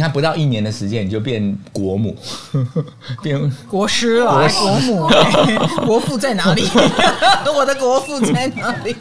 看不到1年的时间，你就变国母，变国师了，国母，国父在哪里？我的国父在哪里？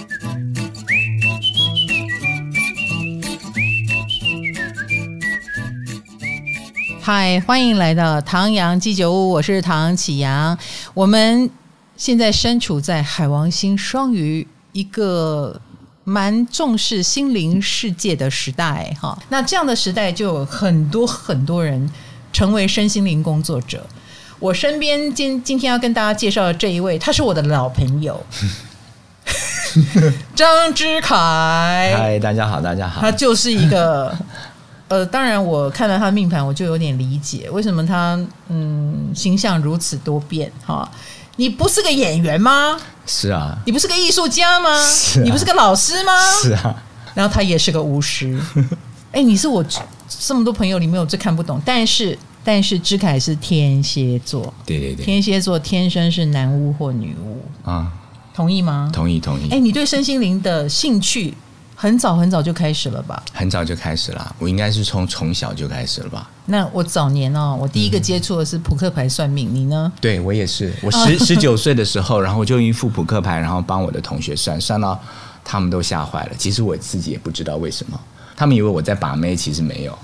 嗨，欢迎来到唐阳鸡酒屋，我是唐启阳。我们现在身处在海王星双鱼一个蛮重视心灵世界的时代哈。那这样的时代就有很多人成为身心灵工作者。我身边今天要跟大家介绍的这一位，他是我的老朋友张之凯。 嗨，大家好，大家好。 他就是一个当然我看了他的命盘，我就有点理解为什么他形象如此多变哈。你不是个演员吗？ 是啊。你不是个艺术家吗？ 是啊。 你不是个老师吗？ 是啊。 然后他也是个巫师。你是我这么多朋友里面我最看不懂，但是之凯是天蝎座。 对对对。 天蝎座天生是男巫或女巫啊，同意吗？ 同意。 你对身心灵的兴趣很早就开始了吧？很早就开始了，我应该是从小就开始了吧？ 那我早年我第一个接触的是扑克牌算命，你呢？ 对，我也是，我19岁的时候，然后我就一副扑克牌，然后帮我的同学算到他们都吓坏了。其实我自己也不知道为什么。他们以为我在把妹，其实没有。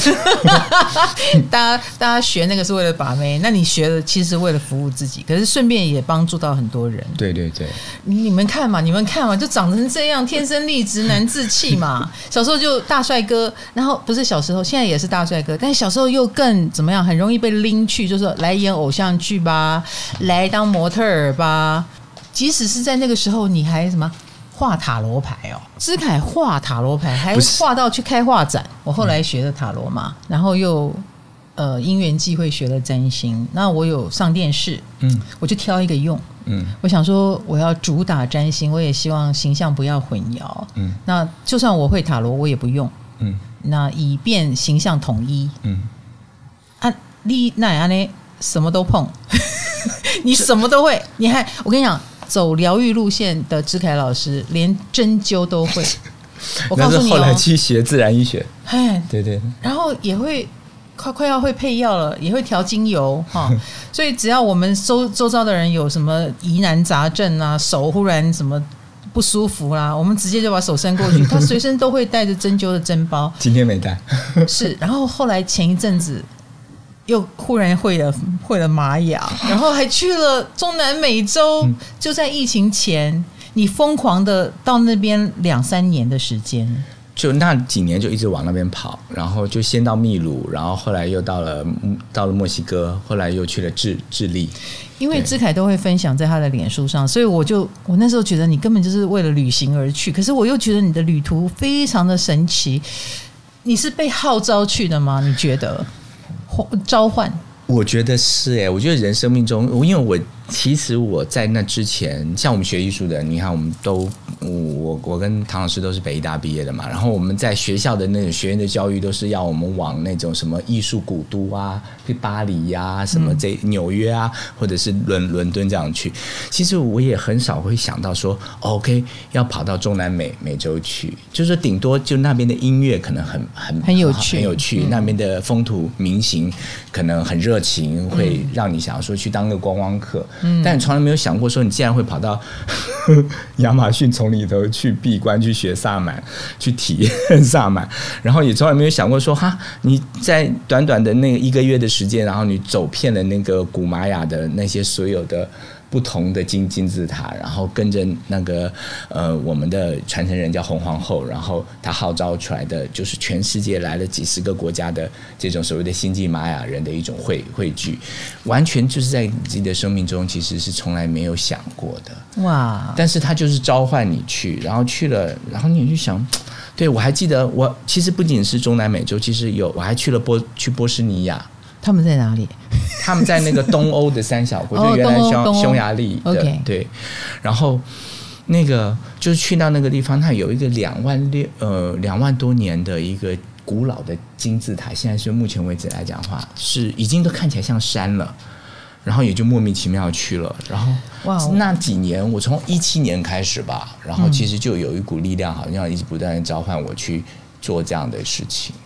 大家学那个是为了把妹，那你学的其实为了服务自己，可是顺便也帮助到很多人。 对对对， 你们看嘛，就长成这样，天生丽质难自弃嘛。小时候就大帅哥，然后不是小时候，现在也是大帅哥，但小时候又更怎么样，很容易被拎去，就是来演偶像剧吧，来当模特儿吧。即使是在那个时候，你还什么？画塔罗牌之凯画塔罗牌，还画到去开画展。我后来学了塔罗嘛，然后又因缘际会学了占星。那我有上电视，我就挑一个用。我想说我要主打占星，我也希望形象不要混淆。那就算我会塔罗，我也不用。那以便形象统一。你那样呢？什么都碰，你什么都会。你还我跟你讲。走疗愈路线的之凯老师连针灸都会，我告诉你那是后来去学自然医学，对对， 然后也会快要会配药了，也会调精油所以只要我们周遭的人有什么疑难杂症啊，手忽然什么不舒服啦，我们直接就把手伸过去，他随身都会带着针灸的针包。 今天没带。 是，然后后来前一阵子又忽然会了玛雅，然后还去了中南美洲。就在疫情前，你疯狂的到那边2-3年的时间， 就那几年就一直往那边跑，然后就先到秘鲁，然后后来又到了墨西哥，后来又去了智利。 因为之凯都会分享在他的脸书上，所以我那时候觉得你根本就是为了旅行而去，可是我又觉得你的旅途非常的神奇。你是被号召去的吗？你觉得？召唤， 我觉得是我觉得人生命中，因为其实我在那之前，像我们学艺术的，你看我们都我跟唐老师都是北艺大毕业的嘛，然后我们在学校的那种学院的教育都是要我们往那种什么艺术古都啊，去巴黎啊，什么纽约啊，或者是伦敦这样去。其实我也很少会想到说 OK 要跑到中南美洲去，就是说顶多就那边的音乐可能很有趣，那边的风土民情可能很热情，会让你想要说去当个观光客。但你从来没有想过说你竟然会跑到亚马逊丛里头去闭关，去学萨满，去体验萨满，然后也从来没有想过说你在短短的那1个月的时间，然后你走遍了那个古玛雅的那些所有的不同的金字塔，然后跟着那个我们的传承人叫红皇后，然后他号召出来的就是全世界来了几10个国家的这种所谓的星际玛雅人的一种汇聚，完全就是在自己的生命中其实是从来没有想过的。哇！但是他就是召唤你去，然后去了，然后你就想，对，我还记得我其实不仅是中南美洲，其实我还去了波斯尼亚。 他们在哪里？ 他们在那个东欧的3小国，就原来匈牙利的，对。然后那个就是去到那个地方，它有一个2万多年的一个古老的金字塔，现在是目前为止来讲的话，是已经都看起来像山了。然后也就莫名其妙去了。然后那几年，我从17年开始吧，然后其实就有一股力量，好像一直不断的召唤我去做这样的事情。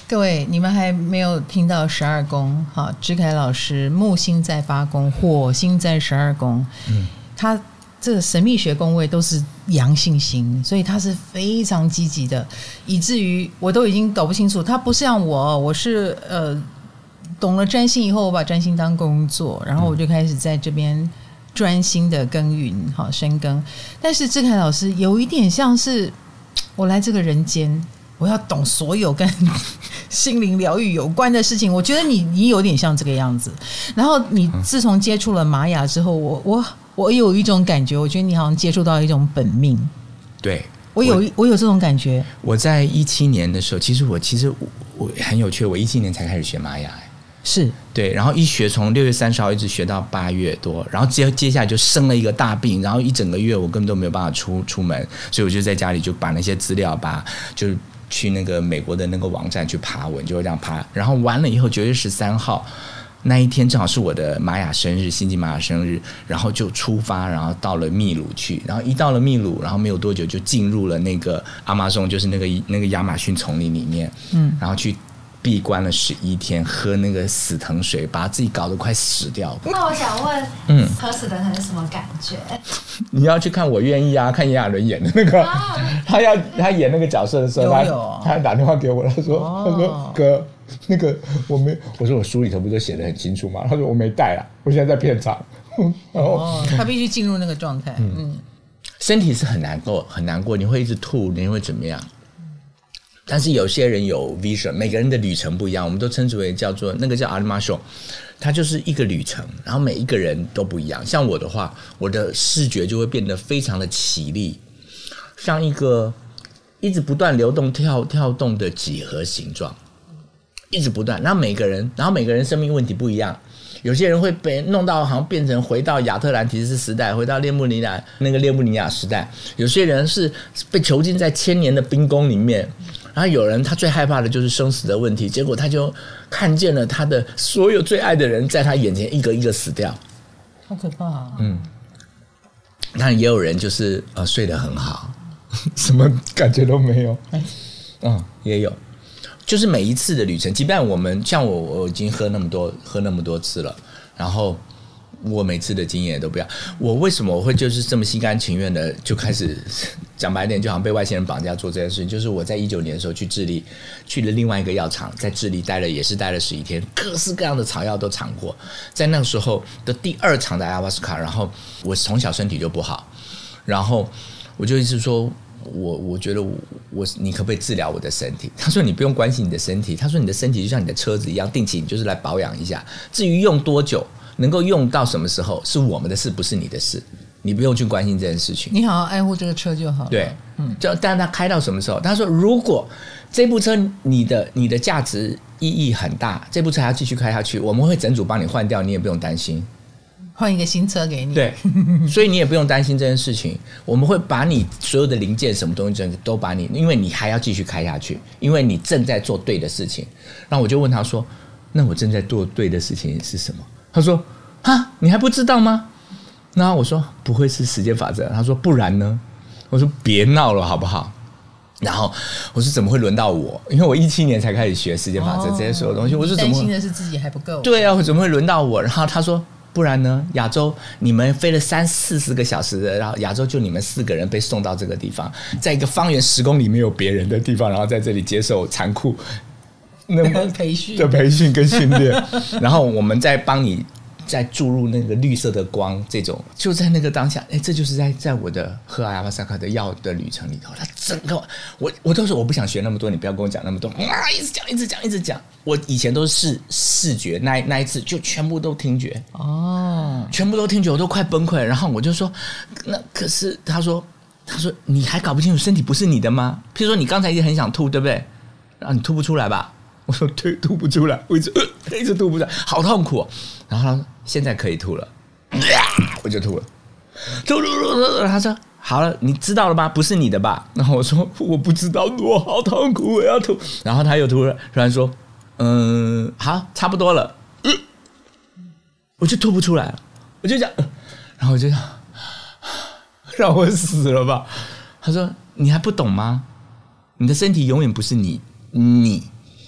各位，你们还没有听到12宫，好，之凯老师木星在8宫，火星在12宫，他这个神秘学宫位都是阳性星，所以他是非常积极的，以至于我都已经搞不清楚，他不像我是懂了占星以后，我把占星当工作，然后我就开始在这边专心的耕耘，好深耕。但是志凯老师有一点像是我来这个人间，我要懂所有跟心灵疗愈有关的事情。我觉得你有点像这个样子。然后你自从接触了玛雅之后，我有一种感觉，我觉得你好像接触到一种本命。 对， 我有这种感觉。 我在17年的时候，其实我很有趣，我17年才开始学玛雅。 是对，然后一学从6月30号一直学到8月多，然后接下来就生了一个大病，然后一整个月我根本都没有办法出门，所以我就在家里就把那些资料就是去那个美国的那个网站去爬文，就会这样爬，然后完了以后9月13号那一天正好是我的玛雅生日，星际玛雅生日，然后就出发，然后到了秘鲁去，然后一到了秘鲁，然后没有多久就进入了那个阿玛松，就是那个亚马逊丛林里面，然后去闭关了11天，喝那个死藤水，把自己搞得快死掉。 那我想问，喝死藤水是什么感觉？ 你要去看我愿意啊，看炎亚纶演的那个，他演那个角色的时候，他打电话给我，他说哥，那个我说我书里头不是写得很清楚吗？他说我没带啊，我现在在片场。 他必须进入那个状态。 身体是很难过，你会一直吐，你会怎么样？但是有些人有 vision， 每个人的旅程不一样，我们都称之为叫做那个叫 Arimasho， 它就是一个旅程，然后每一个人都不一样。像我的话，我的视觉就会变得非常的绮丽，像一个一直不断流动跳动的几何形状，一直不断。然后每个人生命问题不一样。有些人会被弄到好像变成回到亚特兰提斯时代，回到列穆尼亚时代。有些人是被囚禁在1000年的冰宫里面，然后有人他最害怕的就是生死的问题，结果他就看见了他的所有最爱的人在他眼前一个一个死掉， 好可怕啊！ 当然也有人就是睡得很好，什么感觉都没有，也有。就是每一次的旅程，即便我们像我已经喝那么多次了，然后我每次的经验都不一样。我为什么我会就是这么心甘情愿的就开始讲白点，就好像被外星人绑架做这件事情？就是我在19年的时候去智利，去了另外一个药厂，在智利待了11天，各式各样的草药都尝过。在那个时候的第2场的阿瓦斯卡，然后我从小身体就不好，然后我就一直说。我觉得你可不可以治疗我的身体？他说你不用关心你的身体，他说你的身体就像你的车子一样，定期你就是来保养一下。至于用多久，能够用到什么时候，是我们的事，不是你的事，你不用去关心这件事情。 你好好爱护这个车就好了。 对，但他开到什么时候？他说如果这部车你的价值意义很大，这部车还要继续开下去，我们会整组帮你换掉，你也不用担心。 换一个新车给你， 对，所以你也不用担心这件事情。我们会把你所有的零件、什么东西都把你，因为你还要继续开下去，因为你正在做对的事情。然后我就问他说：“那我正在做对的事情是什么？”他说：“啊，你还不知道吗？”然后我说：“不会是时间法则？”他说：“不然呢？”我说：“别闹了，好不好？”然后我说：“怎么会轮到我？因为我17年才开始学时间法则这些所有东西。”我说：“怎么担心的是自己还不够？” 对啊，我怎么会轮到我？然后他说。不然呢？亚洲你们飞了30-40个小时的，然后亚洲就你们4个人被送到这个地方，在一个方圆10公里没有别人的地方，然后在这里接受残酷培训跟训练，然后我们再帮你再注入那个绿色的光，这种就在那个当下，这就是在我的喝阿瓦萨卡的药的旅程里头，他整个我都说我不想学那么多，你不要跟我讲那么多，一直讲。我以前都是视觉，那一次就全部都听觉全部都听觉，我都快崩溃了。然后我就说，那可是他说你还搞不清楚身体不是你的吗？譬如说你刚才一直很想吐，对不对？然后你吐不出来吧？我说对，吐不出来，我一直吐不出来，好痛苦然后他说现在可以吐了，我就吐了，吐。他说好了，你知道了吧？不是你的吧？然后我说我不知道，我好痛苦，我要吐。然后他又吐了，突然说好，差不多了，我就吐不出来了，我就讲，然后我就讲，让我死了吧？他说你还不懂吗？你的身体永远不是你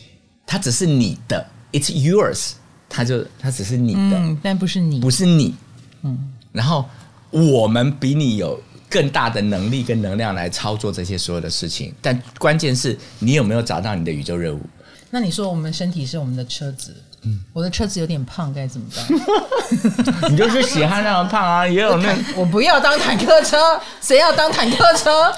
它只是你的 ，it's yours， 它只是你的， 但不是你， 不是你。然后我们比你有更大的能力跟能量来操作这些所有的事情，但关键是你有没有找到你的宇宙任务。 那你说我们身体是我们的车子，我的车子有点胖，该怎么办？ 你就是喜欢那么胖啊，也有那我不要当坦克车，谁要当坦克车？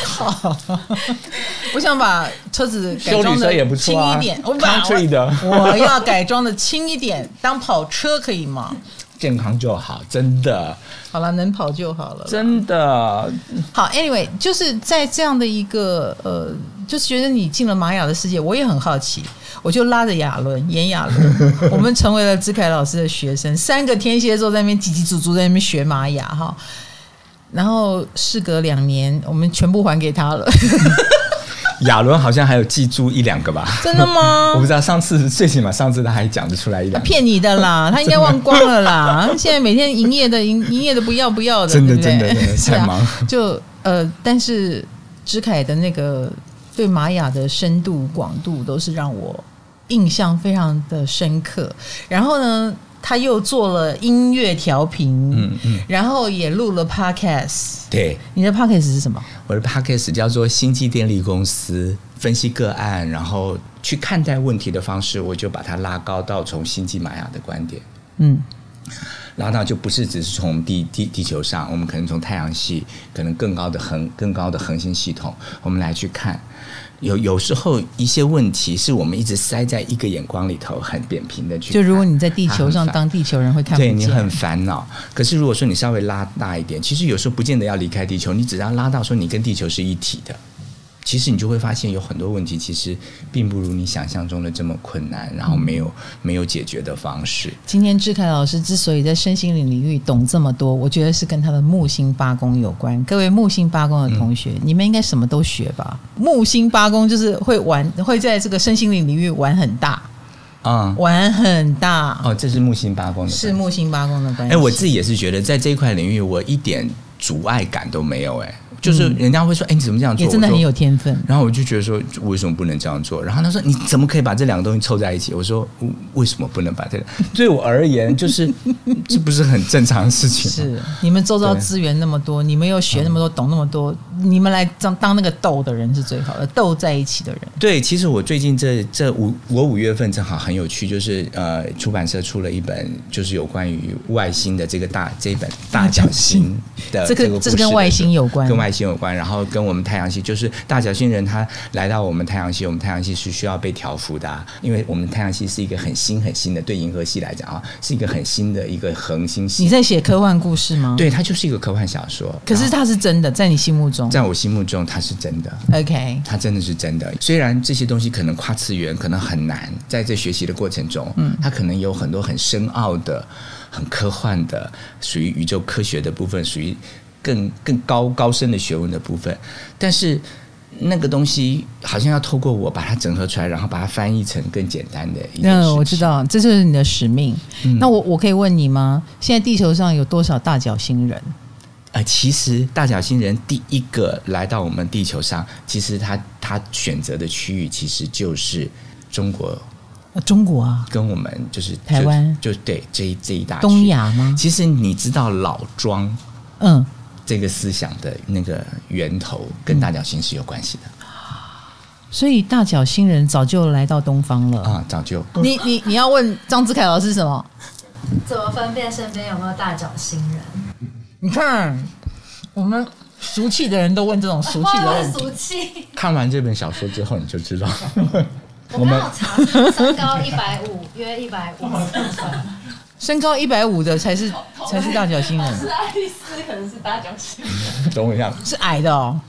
我想把车子改装的轻一点，我要改装的轻一点，当跑车可以吗？ 健康就好，真的。 好了，能跑就好了， 真的。 好 ，anyway， 就是在这样的一个就是觉得你进了玛雅的世界，我也很好奇，我就拉着严亚伦，我们成为了芝凯老师的学生，3个天蝎座在那边叽叽足足在那边学玛雅哈，然后事隔2年，我们全部还给他了。 亚伦好像还有记住1-2个吧？ 真的吗？ 我不知道，最起码上次他还讲得出来1-2个。 骗你的啦，他应该忘光了啦。现在每天营业的不要的， 真的对不对？ 真的太忙。 就但是芝凯的那个对玛雅的深度广度都是让我印象非常的深刻。然后呢，他又做了音乐调频，然后也录了 podcast。 对， 你的 podcast 是什么？ 我的 podcast 叫做星际电力公司，分析个案，然后去看待问题的方式，我就把它拉高到从星际玛雅的观点，拉到就不是只是从地球上，我们可能从太阳系，可能更高的恒星系统，我们来去看。有时候一些问题是我们一直塞在一个眼光里头，很扁平的去看。 就如果你在地球上当地球人会看不见， 对，你很烦恼。可是如果说你稍微拉大一点，其实有时候不见得要离开地球，你只要拉到说你跟地球是一体的，其实你就会发现有很多问题其实并不如你想象中的这么困难，然后没有解决的方式。 今天志凯老师之所以在身心灵领域懂这么多，我觉得是跟他的木星八宫有关。各位木星八宫的同学，你们应该什么都学吧？木星八宫就是会在这个身心灵领域玩很大。玩很大哦，这是木星八宫的， 是木星八宫的关系。 我自己也是觉得在这一块领域我一点阻碍感都没有。就是人家会说你怎么这样做， 也真的很有天分。 然后我就觉得说为什么不能这样做，然后他说你怎么可以把这2个东西凑在一起，我说为什么不能把这个，对我而言就是这不是很正常的事情吗？ 是你们周遭资源那么多，你们又学那么多，懂那么多，你们来当那个斗的人是最好的，斗在一起的人。 对，其实我最近我5月份正好很有趣，就是出版社出了一本就是有关于外星的这一本大角星的这个故事， 这是跟外星有关， 然后跟我们太阳系，就是大角星人他来到我们太阳系，我们太阳系是需要被调服的，因为我们太阳系是一个很新的，对银河系来讲是一个很新的一个恒星系。 你在写科幻故事吗？ 对，它就是一个科幻小说。 可是它是真的，在你心目中？ 在我心目中它是真的。 OK， 它真的是真的。虽然这些东西可能跨次元，可能很难，在这学习的过程中，它可能有很多很深奥的、很科幻的，属于宇宙科学的部分，属于更高深的学问的部分，但是那个东西好像要透过我把它整合出来，然后把它翻译成更简单的一件事情。 我知道，这就是你的使命。那我可以问你吗？现在地球上有多少大角星人？ 其实大角星人第一个来到我们地球上，其实他选择的区域其实就是中国。 中国啊， 跟我们就是台湾， 就对这一大区东亚吗？ 其实你知道老庄，这个思想的那个源头跟大角星是有关系的。 所以大角星人早就来到东方了早就。 你要问张之凯老师什么？ 怎么分辨身边有没有大角星人？ 你看，我们俗气的人都问这种俗气的问题。 俗气。 看完这本小说之后，你就知道。 我刚好查身高150，约150公分。 身高150的才是大角星人。 是爱丽丝，可能是大角星人。 等我一下， 是矮的哦。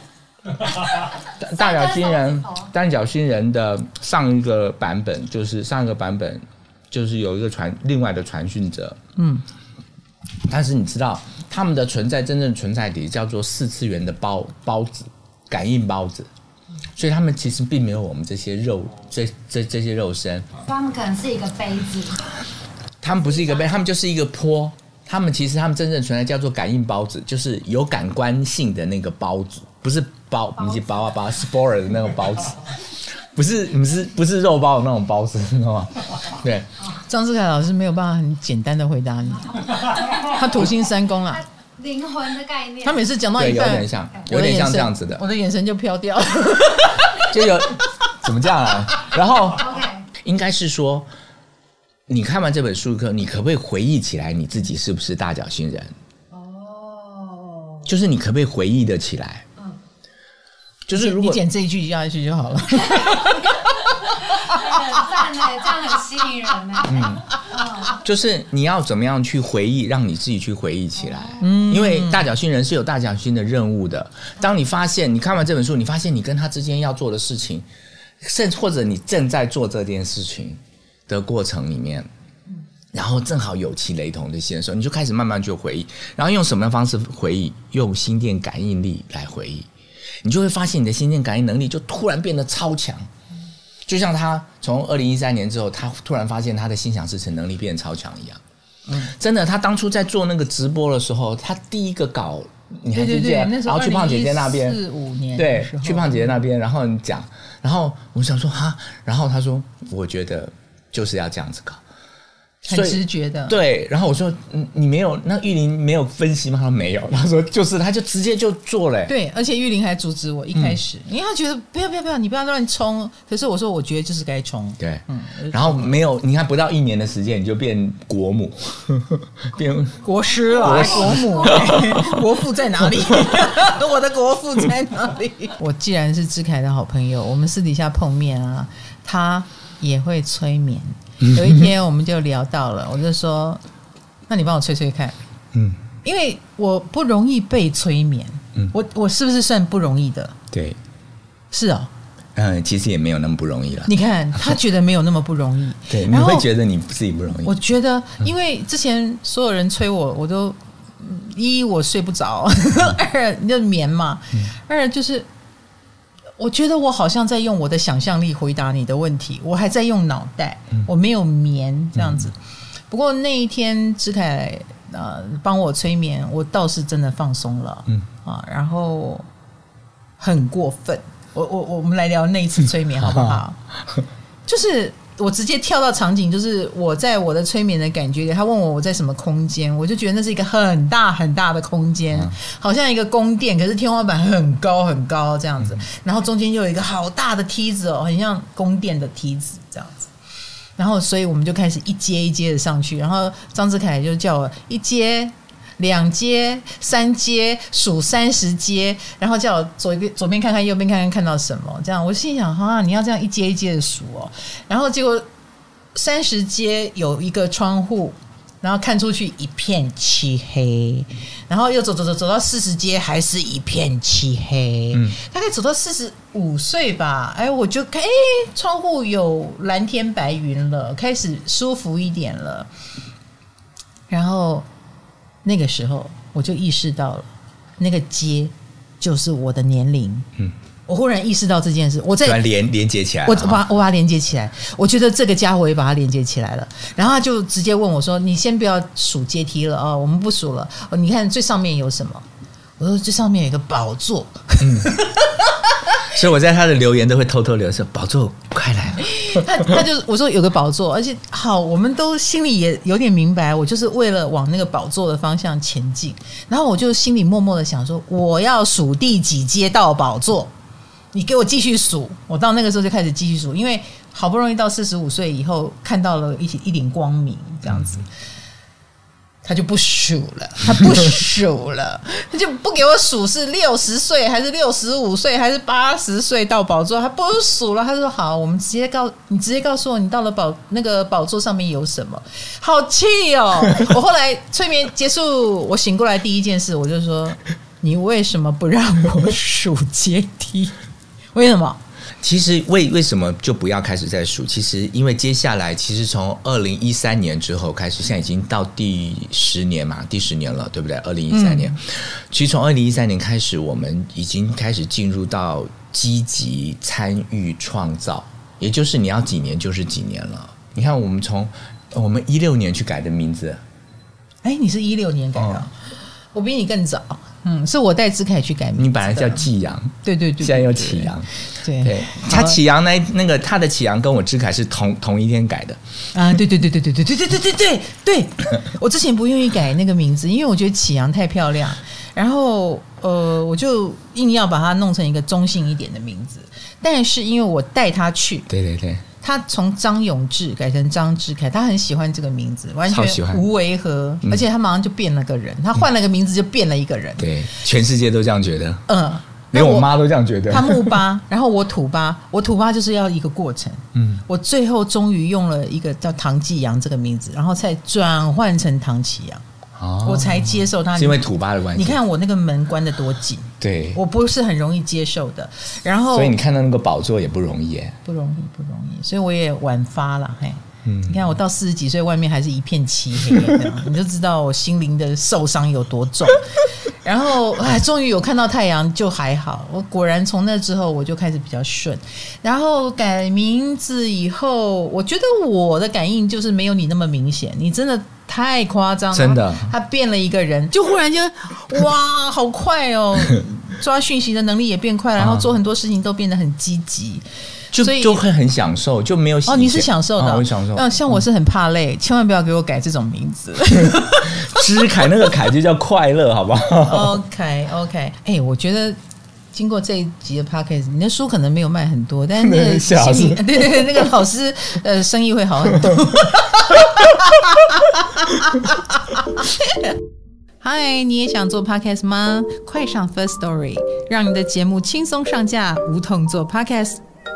大角星人的上一个版本就是有一个另外的传讯者，但是你知道他们的存在真正存在体叫做4次元的包子，感应包子。所以他们其实并没有我们这些这些肉身， 他们可能是一个杯子， 他们不是一个杯，他们就是一个波。他们真正存在叫做感应包子，就是有感官性的那个包子，不是包，你是包 spore 的那个包子， 不是肉包的那种包子，你知道吗？对， 张志凯老师没有办法很简单的回答你，他土星三宫啦， 灵魂的概念。 他每次讲到一半， 有点像这样子的， 我的眼神就飘掉了， 就有怎么这样啊？然后 OK， 应该是说，你看完这本书课，你可不可以回忆起来你自己是不是大角星人？ 哦， 就是你可不可以回忆得起来？就是如果你剪这一句下去就好了。 很赞哎，这样很吸引人哎。 就是你要怎么样去回忆，让你自己去回忆起来。因为大角星人是有大角星的任务的。当你发现你看完这本书，你发现你跟他之间要做的事情，甚至或者你正在做这件事情的过程里面，然后正好有其雷同的线索，你就开始慢慢去回忆，然后用什么方式回忆？用心电感应力来回忆，你就会发现你的心电感应能力就突然变得超强。就像他从2013年之后，他突然发现他的心想事成能力变得超强一样。真的，他当初在做那个直播的时候，他第一个稿，你还记不记得？然后去胖姐姐那边 ，4-5年， 对，去胖姐姐那边，然后你讲，然后我想说哈，然后他说，我觉得就是要这样子搞。 很直觉的， 对。然后我说，你没有那玉林没有分析吗？他说没有。他说就是，他就直接就做了。 对，而且玉林还阻止我一开始，因为他觉得不要，你不要乱冲。可是我说，我觉得就是该冲。 对，然后没有，你看不到1年的时间，你就变国母，变国师了，国母，国父在哪里？我的国父在哪里？我既然是志凯的好朋友，我们私底下碰面啊，他也会催眠。有一天我们就聊到了，我就说：“那你帮我催催看。”因为我不容易被催眠，我是不是算不容易的？ 对， 是哦。 其实也没有那么不容易了。 你看，他觉得没有那么不容易， 对，你会觉得你自己不容易。 我觉得，因为之前所有人催我，我都一我睡不着，二就眠嘛，二就是。我觉得我好像在用我的想象力回答你的问题，我还在用脑袋，我没有眠这样子。不过那一天志凯帮我催眠，我倒是真的放松了，然后很过分。我们来聊那一次催眠好不好？就是我直接跳到场景，就是我在我的催眠的感觉里，他问我在什么空间，我就觉得那是一个很大很大的空间，好像一个宫殿，可是天花板很高很高这样子，然后中间又有一个好大的梯子哦，很像宫殿的梯子这样子。然后所以我们就开始一阶一阶的上去，然后张志凯就叫我1阶2阶3阶数30阶，然后叫我左边看看右边看看看到什么，这样我心想啊，你要这样一阶一阶的数哦。然后结果30阶有一个窗户，然后看出去一片漆黑，然后又走到40阶还是一片漆黑，大概走到45岁吧，我就看窗户有蓝天白云了，开始舒服一点了。然后那个时候我就意识到了，那个阶就是我的年龄。我忽然意识到这件事，我在连接起来， 我把它连接起来。我觉得这个家伙也把它连接起来了。然后他就直接问我说：“你先不要数阶梯了哦，我们不数了。你看最上面有什么？”我说：“最上面有一个宝座。” 所以我在他的留言都会偷偷留说：“宝座快来了。” 他就我说有个宝座，而且好，我们都心里也有点明白，我就是为了往那个宝座的方向前进。然后我就心里默默的想说，我要数第几阶到宝座，你给我继续数。我到那个时候就开始继续数，因为好不容易到45岁以后看到了一点光明，这样子。他就不数了，他就不给我数是60岁还是65岁还是80岁到宝座，他不数了。他说好，我们你直接告诉我你到了那个宝座上面有什么。好气哦！我后来催眠结束，我醒过来第一件事我就说，你为什么不让我数阶梯？为什么？ 其实为什么就不要开始再数？其实因为接下来其实从2013年之后开始，现在已经到第10年嘛，第10年了，对不对？2013年，其实从2013年开始，我们已经开始进入到积极参与创造，也就是你要几年就是几年了。你看，我们16年去改的名字， 你是16年改的，我比你更早。 是我带知凯去改名字的。 你本来叫季阳， 对， 现在又启阳。 对， 他启阳那个他的启阳跟我知凯是同一天改的啊，对，我之前不愿意改那个名字，因为我觉得启阳太漂亮，然后我就硬要把它弄成一个中性一点的名字，但是因为我带他去， 对， 他从张永志改成张知凯，他很喜欢这个名字，完全无违和，而且他马上就变了个人，他换了个名字就变了一个人， 对，全世界都这样觉得，连我妈都这样觉得。 他木巴，然后我土巴，我土巴就是要一个过程。我最后终于用了一个叫唐继阳这个名字，然后才转换成唐启阳。我才接受他， 是因为土巴的关系。 你看我那个门关得多紧， 对， 我不是很容易接受的。然后， 所以你看到那个宝座也不容易耶， 不容易，所以我也晚发了，嘿。你看我到40几岁，外面还是一片漆黑的，你就知道我心灵的受伤有多重。然后终于有看到太阳，就还好。我果然从那之后我就开始比较顺。然后改名字以后，我觉得我的感应就是没有你那么明显，你真的太夸张了， 真的。 他变了一个人，就忽然间哇，好快哦！抓讯息的能力也变快了，然后做很多事情都变得很积极。 就会很享受，就没有你是享受的， 我享受。 像我是很怕累，千万不要给我改这种名字。 知凯那个凯就叫快乐，好不好 ？OK， 我觉得经过这一集的 podcast， 你的书可能没有卖很多，但是那个心理，对，那个老师生意会好很多。嗨，你也想做 podcast 吗？快上 First Story， 让你的节目轻松上架，无痛做 podcast。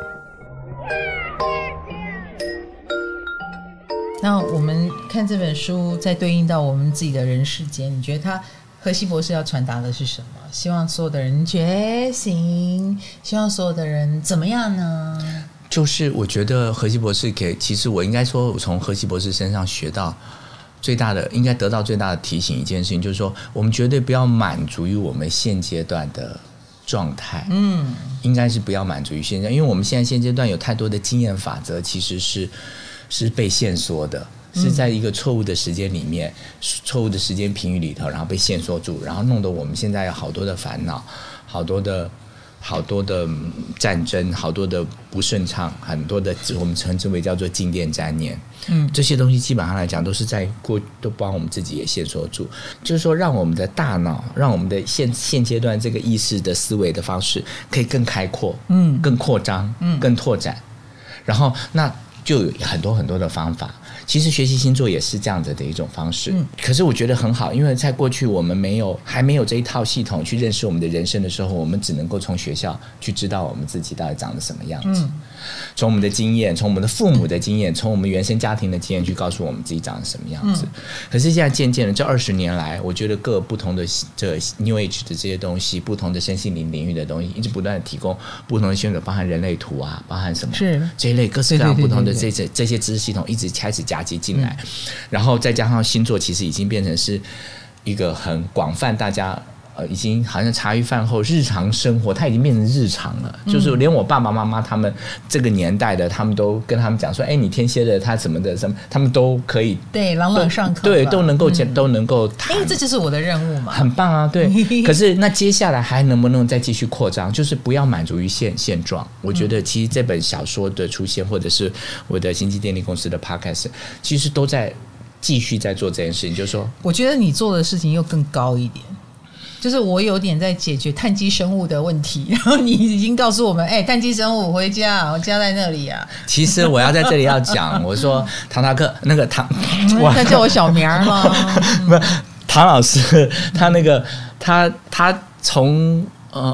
那我们看这本书，再对应到我们自己的人世间，你觉得荷西博士要传达的是什么？希望所有的人觉醒，希望所有的人怎么样呢？ 就是我觉得荷西博士其实我应该说，我从荷西博士身上学到最大的，应该得到最大的提醒一件事情，就是说我们绝对不要满足于我们现阶段的状态，应该是不要满足于现在，因为我们现阶段有太多的经验法则，其实是被限缩的，是在一个错误的时间里面，错误的时间频率里头，然后被限缩住，然后弄得我们现在有好多的烦恼，好多的战争，好多的不顺畅，很多的我们称之为叫做静电沾念。这些东西基本上来讲都是都帮我们自己也限缩住，就是说让我们的大脑，让我们的现阶段这个意识的思维的方式可以更开阔，更扩张，更拓展，然后那就有很多很多的方法。其实学习星座也是这样子的一种方式，可是我觉得很好，因为在过去我们还没有这一套系统去认识我们的人生的时候，我们只能够从学校去知道我们自己到底长得什么样子，从我们的经验，从我们的父母的经验，从我们原生家庭的经验去告诉我们自己长得什么样子。可是现在渐渐的这20年来，我觉得各不同的这 New Age 的这些东西，不同的身心灵领域的东西，一直不断的提供不同的选择，包含人类图啊，包含什么这一类各式各样不同的这些知识系统一直开始夹击进来，然后再加上星座其实已经变成是一个很广泛，大家已经好像茶余饭后日常生活，它已经变成日常了。就是连我爸爸妈妈他们这个年代的，他们都跟他们讲说，你天蝎的他什么的什么，他们都可以对朗朗上口， 对都能够谈， 这就是我的任务嘛， 很棒啊，对。可是那接下来还能不能再继续扩张？就是不要满足于现状。我觉得其实这本小说的出现，或者是我的星际电力公司的 podcast， 其实都在继续在做这件事情。就是说， 我觉得你做的事情又更高一点。就是我有点在解决碳基生物的问题，然后你已经告诉我们，碳基生物回家，我家在那里啊。 其实我要在这里要讲，我说唐达克那个唐， 他叫我小名了。 不，唐老师他那个他从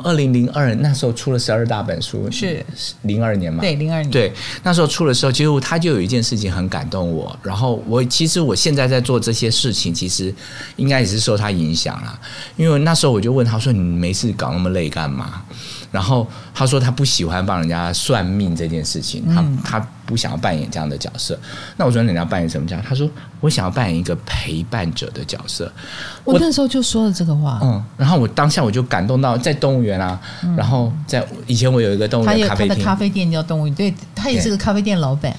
2002那时候出了12大本书， 是 02年嘛？ 对，02年。 对，那时候出的时候，其实他就有一件事情很感动我。然后其实我现在在做这些事情，其实应该也是受他影响啦。因为那时候我就问他说：“你没事搞那么累干嘛？”然后他说他不喜欢帮人家算命这件事情，他不想要扮演这样的角色。那我说你要扮演什么角色？他说我想要扮演一个陪伴者的角色。 我那时候就说了这个话， 然后我当下我就感动到在动物园啊，然后在以前我有一个动物园咖啡厅， 他的咖啡店叫动物园，对， 他也是个咖啡店老板，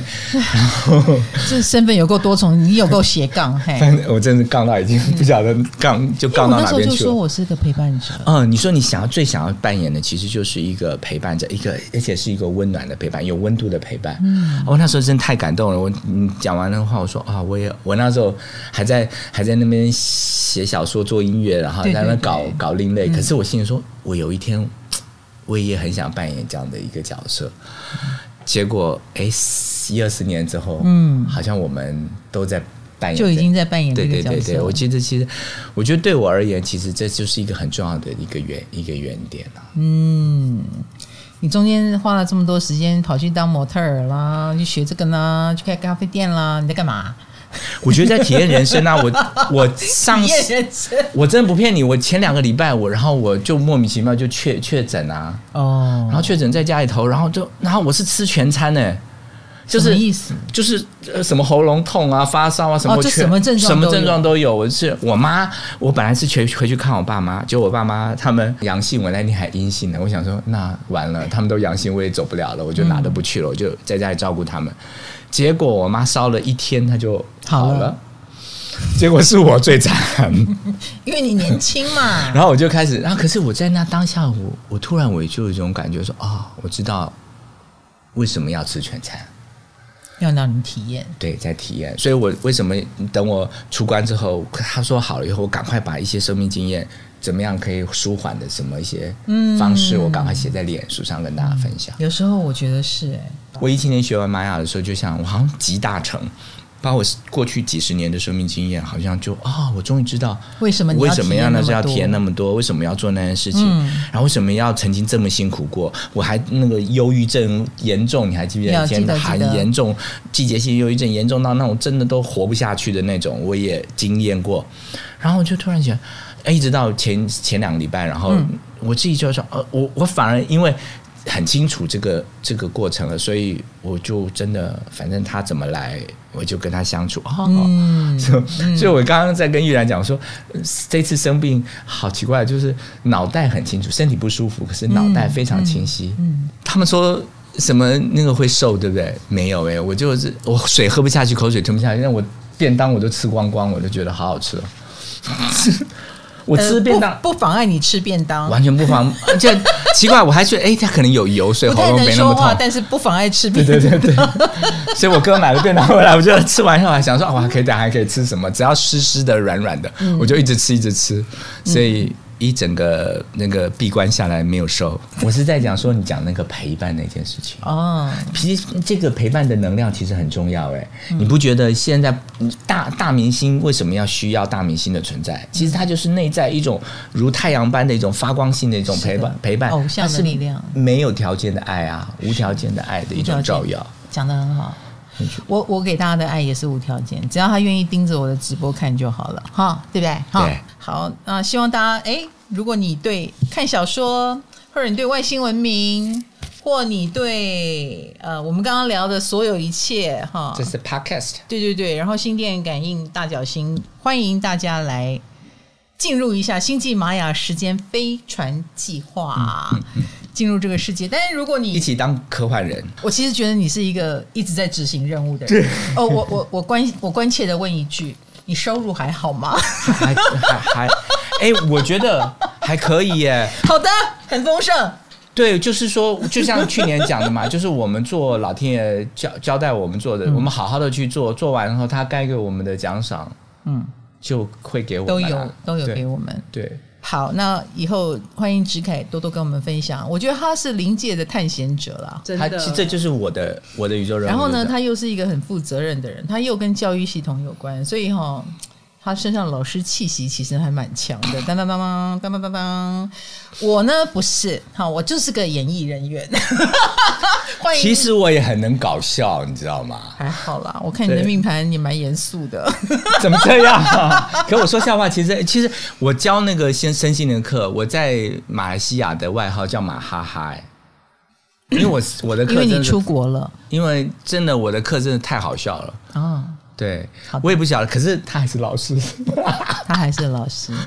这身份有够多重，你有够斜杠，嘿， 我真是杠到已经不晓得杠到哪边去了。 我那时候就说我是个陪伴者。 你说你最想要扮演的，其实就是一个陪伴者，而且是一个温暖的陪伴，有温度的陪伴。我那时候真太感动了。你讲完那话，我说啊，我那时候还在那边写小说、做音乐，然后在那边搞另类。可是我心里说，我有一天我也很想扮演这样的一个角色。结果10-20年之后，好像我们都在扮演， 就已经在扮演这个角色。 对，我觉得对我而言，其实这就是一个很重要的一个原点了。 你中间花了这么多时间跑去当模特儿啦，去学这个呢，去开咖啡店啦，你在干嘛？ 我觉得在体验人生啊，我上体验人生， 我真的不骗你，我前2个礼拜然后我就莫名其妙就确诊啊，然后确诊在家里头，然后我是吃全餐呢。就是什么意思？ 就是什么喉咙痛啊、发烧啊，什么什么症状都有。我本来是回去看我爸妈，结果我爸妈他们阳性，我那天还阴性呢。我想说，那完了，他们都阳性，我也走不了了，我就哪都不去了，我就在家里照顾他们。结果我妈烧了1天，她就好了。结果是我最惨， 因为你年轻嘛。 然后我就开始，可是我在那当下，我突然就有一种感觉说，我知道为什么要吃全餐。 要让你体验， 对，在体验。所以我为什么等我出关之后，他说好了以后，我赶快把一些生命经验怎么样可以舒缓的什么一些方式，我赶快写在脸书上跟大家分享。 有时候我觉得是我17年学完玛雅的时候，就想我好像集大成，把我过去几十年的生命经验，好像就我终于知道为什么要体验那么多，为什么要做那件事情，然后为什么要曾经这么辛苦过，我还那个忧郁症严重，你还记不记得以前很严重，季节性忧郁症严重到那种真的都活不下去的那种，我也经验过。然后我就突然想，一直到前2个礼拜，然后我自己就说，我反而因为很清楚这个过程了，所以我就真的反正他怎么来我就跟他相处。所以我刚刚在跟玉兰讲说，这次生病好奇怪，就是脑袋很清楚，身体不舒服，可是脑袋非常清晰。他们说什么那个会瘦对不对？没有我水喝不下去，口水吞不下去，但我便当我都吃光光，我就觉得好好吃哦。我吃便当不妨碍你吃便当， 完全不妨。就奇怪，我还觉得它可能有油，所以喉咙没那么痛。 但是不妨碍吃便当。 对。所以我哥买了便当回来，我就吃完以后还想说，哇，可以等下还可以吃什么？只要湿湿的、软软的，我就一直吃。所以一整个那个闭关下来没有瘦。我是在讲说你讲那个陪伴那件事情其实这个陪伴的能量其实很重要你不觉得现在大明星为什么要需要大明星的存在？其实它就是内在一种如太阳般的一种发光性的一种陪伴， 偶像的力量， 没有条件的爱无条件的爱的一种照耀。 讲得很好。我给大家的爱也是无条件，只要他愿意盯着我的直播看就好了，对不对？ 对。 好，那希望大家如果你对看小说，或者你对外星文明，或你对我们刚刚聊的所有一切这是 podcast， 对，然后心电感应大角星，欢迎大家来进入一下星际玛雅时间飞船计划。进入这个世界，但是如果你一起当科幻人， 我其实觉得你是一个一直在执行任务的人。我关切的问一句，你收入还好吗？ 还我觉得还可以耶。 好的，很丰盛。 对，就是说，就像去年讲的嘛，就是我们做老天爷交代我们做的，我们好好的去做，做完后他该给我们的奖赏，就会给我们都有给我们。 对。 好，那以后欢迎直凯多多跟我们分享。我觉得他是灵界的探险者啦，真的， 这就是我的宇宙人物。 然后呢，他又是一个很负责任的人，他又跟教育系统有关，所以他身上老师气息其实还蛮强的。当当当当当当当当。我呢不是，我就是个演艺人员。欢迎。 其实我也很能搞笑，你知道吗？ 还好啦，我看你的命盘也蛮严肃的。 怎么这样可我说笑话，其实我教那个身心灵课，我在马来西亚的外号叫马哈哈因为我的课因为你出国了， 因为真的我的课真的太好笑了对， 我也不晓得，可是他还是老师。 他还是老师。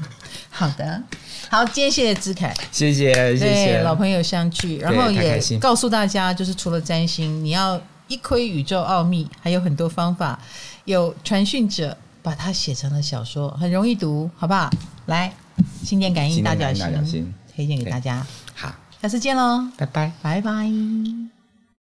好的，好，今天谢谢之凯， 谢谢谢谢， 老朋友相聚，然后也太开心告诉大家，就是除了占星，你要一窥宇宙奥秘，还有很多方法。有传讯者把它写成了小说，很容易读，好不好？来，心电感应大小心，推荐给大家。 好， 下次见喽， 拜拜。 拜拜。